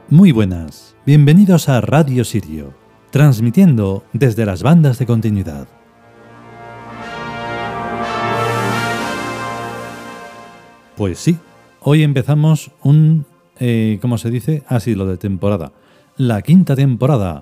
Muy buenas, bienvenidos a Radio Sirio, transmitiendo desde las bandas de continuidad. Pues sí, hoy empezamos ¿cómo se dice? Lo de temporada. La quinta temporada.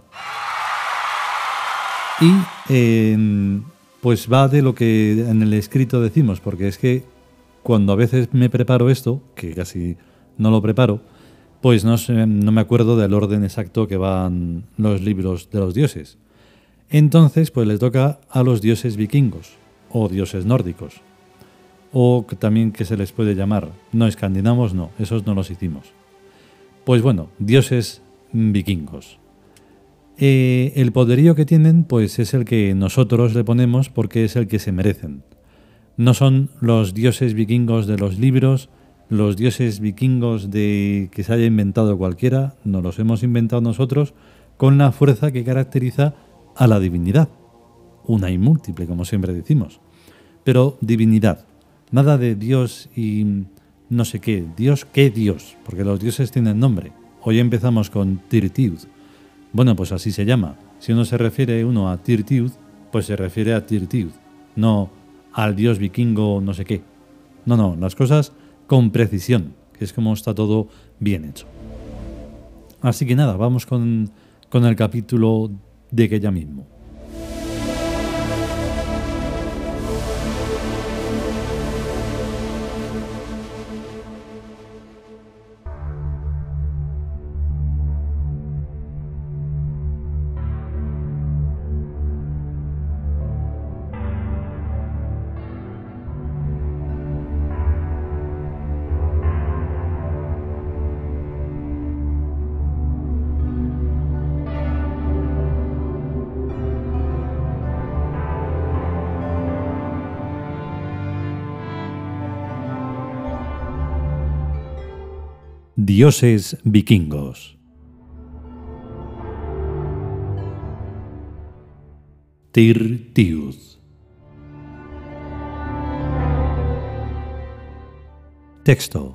Y pues va de lo que en el escrito decimos, porque es que cuando a veces me preparo esto, que casi no lo preparo, pues no me acuerdo del orden exacto que van los libros de los dioses. Entonces, pues les toca a los dioses vikingos, o dioses nórdicos, o también que se les puede llamar, no escandinavos, no, esos no los hicimos. Pues bueno, dioses vikingos. El poderío que tienen, pues es el que nosotros le ponemos porque es el que se merecen. No son los dioses vikingos de los libros, los dioses vikingos de que se haya inventado cualquiera, nos los hemos inventado nosotros con la fuerza que caracteriza a la divinidad. Una y múltiple, como siempre decimos. Pero divinidad, nada de Dios y no sé qué. ¿Dios qué Dios? Porque los dioses tienen nombre. Hoy empezamos con Tirtiud. Bueno, pues así se llama. Si uno se refiere a Tirtiud, pues se refiere a Tirtiud, no al dios vikingo no sé qué. No, las cosas con precisión, que es como está todo bien hecho. Así que nada, vamos con el capítulo de que ya mismo. Dioses vikingos. Tirtiud. Texto.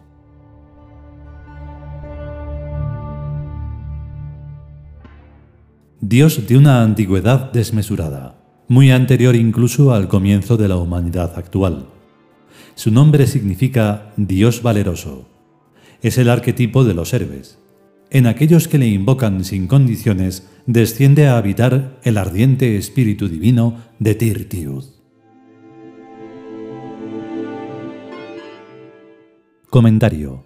Dios de una antigüedad desmesurada, muy anterior incluso al comienzo de la humanidad actual. Su nombre significa Dios valeroso. Es el arquetipo de los héroes. En aquellos que le invocan sin condiciones, desciende a habitar el ardiente espíritu divino de Tirtiud. Comentario.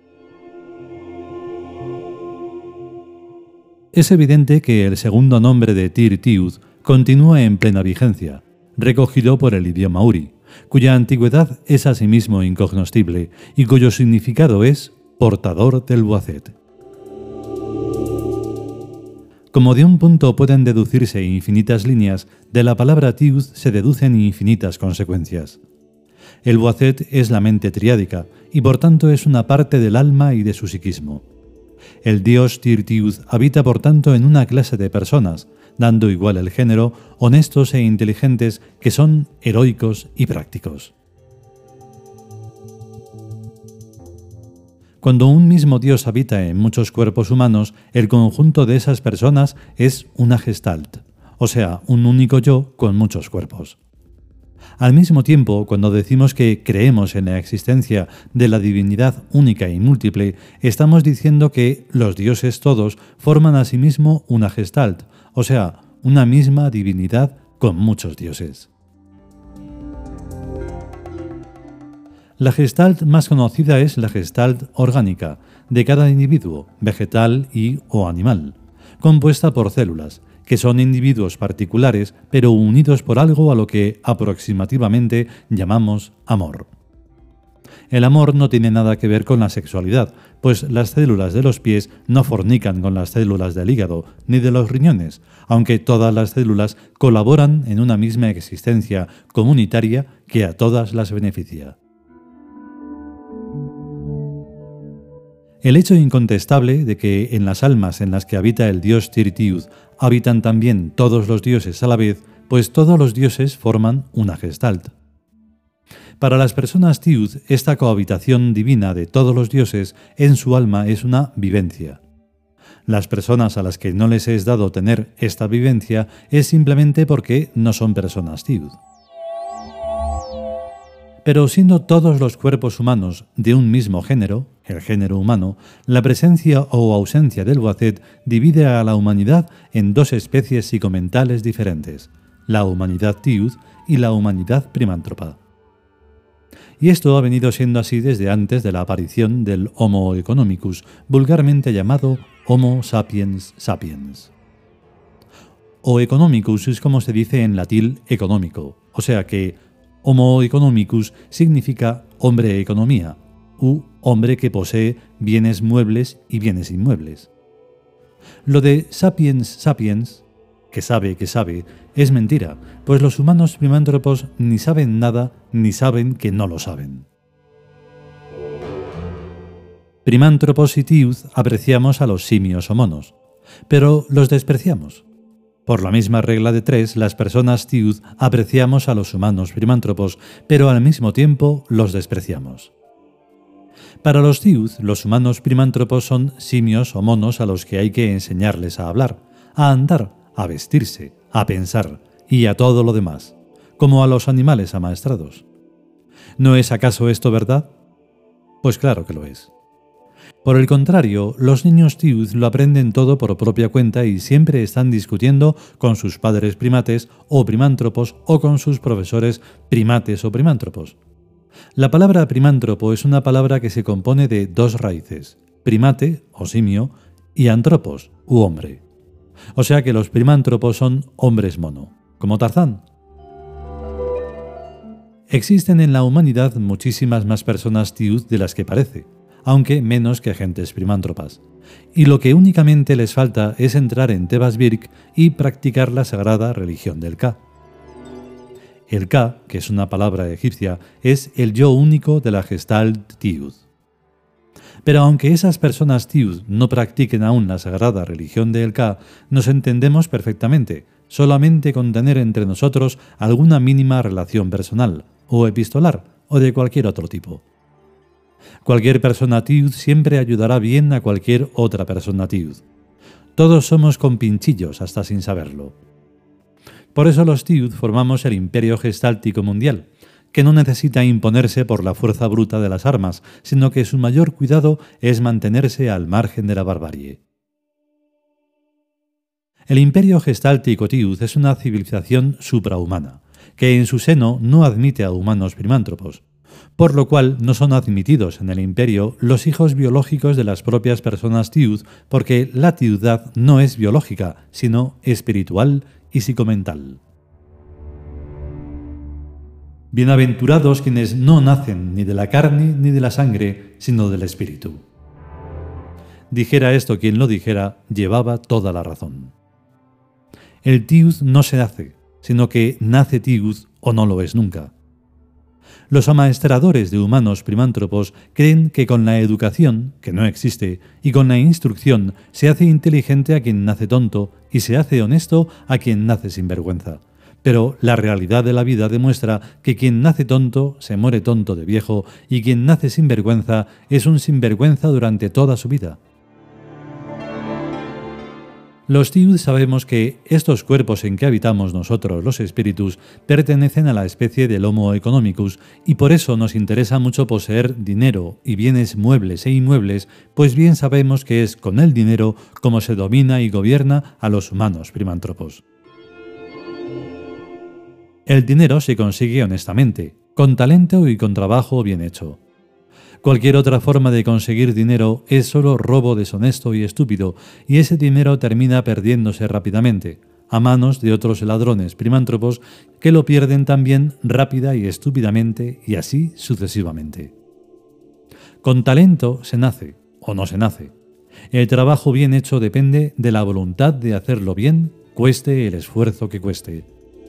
Es evidente que el segundo nombre de Tirtiud continúa en plena vigencia, recogido por el idioma uri, cuya antigüedad es asimismo incognoscible y cuyo significado es portador del Boacet. Como de un punto pueden deducirse infinitas líneas, de la palabra Tiud se deducen infinitas consecuencias. El Boacet es la mente triádica y por tanto es una parte del alma y de su psiquismo. El dios Tirtiud habita por tanto en una clase de personas, dando igual el género, honestos e inteligentes que son heroicos y prácticos. Cuando un mismo Dios habita en muchos cuerpos humanos, el conjunto de esas personas es una Gestalt, o sea, un único yo con muchos cuerpos. Al mismo tiempo, cuando decimos que creemos en la existencia de la divinidad única y múltiple, estamos diciendo que los dioses todos forman asimismo una Gestalt, o sea, una misma divinidad con muchos dioses. La Gestalt más conocida es la Gestalt orgánica, de cada individuo, vegetal o animal, compuesta por células, que son individuos particulares, pero unidos por algo a lo que aproximativamente llamamos amor. El amor no tiene nada que ver con la sexualidad, pues las células de los pies no fornican con las células del hígado ni de los riñones, aunque todas las células colaboran en una misma existencia comunitaria que a todas las beneficia. El hecho incontestable de que en las almas en las que habita el dios Tirtiud habitan también todos los dioses a la vez, pues todos los dioses forman una Gestalt. Para las personas Tiud, esta cohabitación divina de todos los dioses en su alma es una vivencia. Las personas a las que no les es dado tener esta vivencia es simplemente porque no son personas tiud. Pero siendo todos los cuerpos humanos de un mismo género, el género humano, la presencia o ausencia del Boazet divide a la humanidad en dos especies psicomentales diferentes, la humanidad tiud y la humanidad primántropa. Y esto ha venido siendo así desde antes de la aparición del Homo economicus, vulgarmente llamado Homo sapiens sapiens. O economicus es como se dice en latín económico, o sea que Homo economicus significa hombre economía, u hombre que posee bienes muebles y bienes inmuebles. Lo de sapiens sapiens, que sabe, es mentira, pues los humanos primántropos ni saben nada ni saben que no lo saben. Primántropos y tiud apreciamos a los simios o monos, pero los despreciamos. Por la misma regla de 3, las personas tiud apreciamos a los humanos primántropos, pero al mismo tiempo los despreciamos. Para los tiud, los humanos primántropos son simios o monos a los que hay que enseñarles a hablar, a andar, a vestirse, a pensar y a todo lo demás, como a los animales amaestrados. ¿No es acaso esto verdad? Pues claro que lo es. Por el contrario, los niños tiud lo aprenden todo por propia cuenta y siempre están discutiendo con sus padres primates o primántropos o con sus profesores primates o primántropos. La palabra primántropo es una palabra que se compone de dos raíces, primate o simio y antropos u hombre. O sea que los primántropos son hombres mono, como Tarzán. Existen en la humanidad muchísimas más personas tiud de las que parece, aunque menos que gentes primántropas. Y lo que únicamente les falta es entrar en Tebas Birk y practicar la sagrada religión del Ka. El Ka, que es una palabra egipcia, es el yo único de la Gestalt tiud. Pero aunque esas personas tiud no practiquen aún la sagrada religión del Ka, nos entendemos perfectamente, solamente con tener entre nosotros alguna mínima relación personal, o epistolar, o de cualquier otro tipo. Cualquier persona tiud siempre ayudará bien a cualquier otra persona tiud. Todos somos compinchillos hasta sin saberlo. Por eso los tiud formamos el imperio gestáltico mundial, que no necesita imponerse por la fuerza bruta de las armas, sino que su mayor cuidado es mantenerse al margen de la barbarie. El imperio gestáltico tiud es una civilización suprahumana, que en su seno no admite a humanos primántropos, por lo cual no son admitidos en el imperio los hijos biológicos de las propias personas tiud, porque la tiudad no es biológica, sino espiritual y psicomental. Bienaventurados quienes no nacen ni de la carne ni de la sangre, sino del espíritu. Dijera esto quien lo dijera, llevaba toda la razón. El tiud no se hace, sino que nace tiud o no lo es nunca. Los amaestradores de humanos primántropos creen que con la educación, que no existe, y con la instrucción se hace inteligente a quien nace tonto y se hace honesto a quien nace sinvergüenza. Pero la realidad de la vida demuestra que quien nace tonto se muere tonto de viejo y quien nace sinvergüenza es un sinvergüenza durante toda su vida. Los tiud sabemos que estos cuerpos en que habitamos nosotros los espíritus pertenecen a la especie del Homo economicus y por eso nos interesa mucho poseer dinero y bienes muebles e inmuebles, pues bien sabemos que es con el dinero como se domina y gobierna a los humanos primántropos. El dinero se consigue honestamente, con talento y con trabajo bien hecho. Cualquier otra forma de conseguir dinero es solo robo deshonesto y estúpido, y ese dinero termina perdiéndose rápidamente, a manos de otros ladrones primántropos que lo pierden también rápida y estúpidamente, y así sucesivamente. Con talento se nace, o no se nace. El trabajo bien hecho depende de la voluntad de hacerlo bien, cueste el esfuerzo que cueste.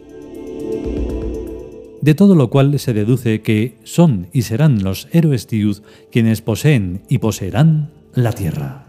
De todo lo cual se deduce que son y serán los héroes tiud quienes poseen y poseerán la tierra.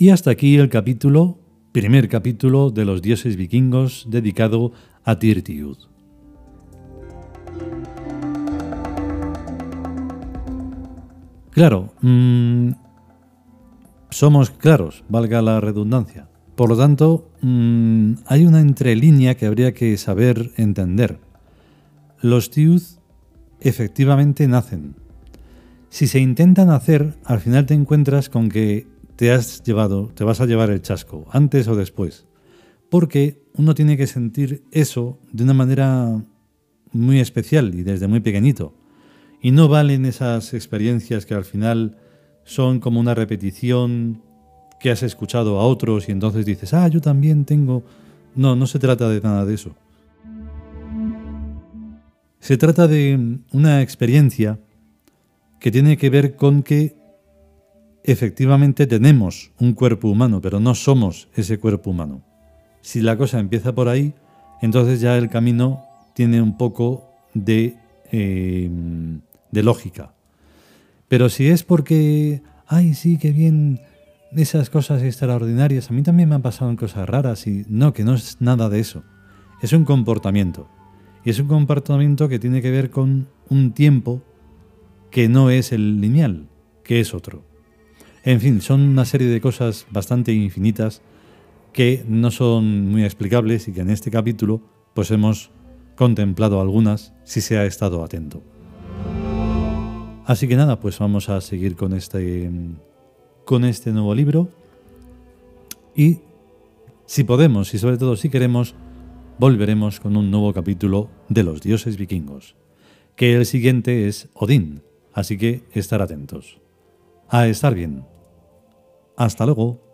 Y hasta aquí el primer capítulo de los dioses vikingos dedicado a Tirtiud. Claro, somos claros, valga la redundancia. Por lo tanto, hay una entrelínea que habría que saber entender. Los Tiud efectivamente nacen. Si se intentan hacer, al final te encuentras con que te vas a llevar el chasco, antes o después. Porque uno tiene que sentir eso de una manera muy especial y desde muy pequeñito. Y no valen esas experiencias que al final son como una repetición que has escuchado a otros y entonces dices, yo también tengo... No se trata de nada de eso. Se trata de una experiencia que tiene que ver con que efectivamente tenemos un cuerpo humano, pero no somos ese cuerpo humano. Si la cosa empieza por ahí, entonces ya el camino tiene un poco de lógica. Pero si es porque, sí, qué bien, esas cosas extraordinarias, a mí también me han pasado cosas raras y no, que no es nada de eso. Es un comportamiento. Y es un comportamiento que tiene que ver con un tiempo que no es el lineal, que es otro. En fin, son una serie de cosas bastante infinitas que no son muy explicables y que en este capítulo pues hemos contemplado algunas si se ha estado atento. Así que nada, pues vamos a seguir con este nuevo libro y si podemos y sobre todo si queremos, volveremos con un nuevo capítulo de los dioses vikingos, que el siguiente es Odín, así que estar atentos. A estar bien. Hasta luego.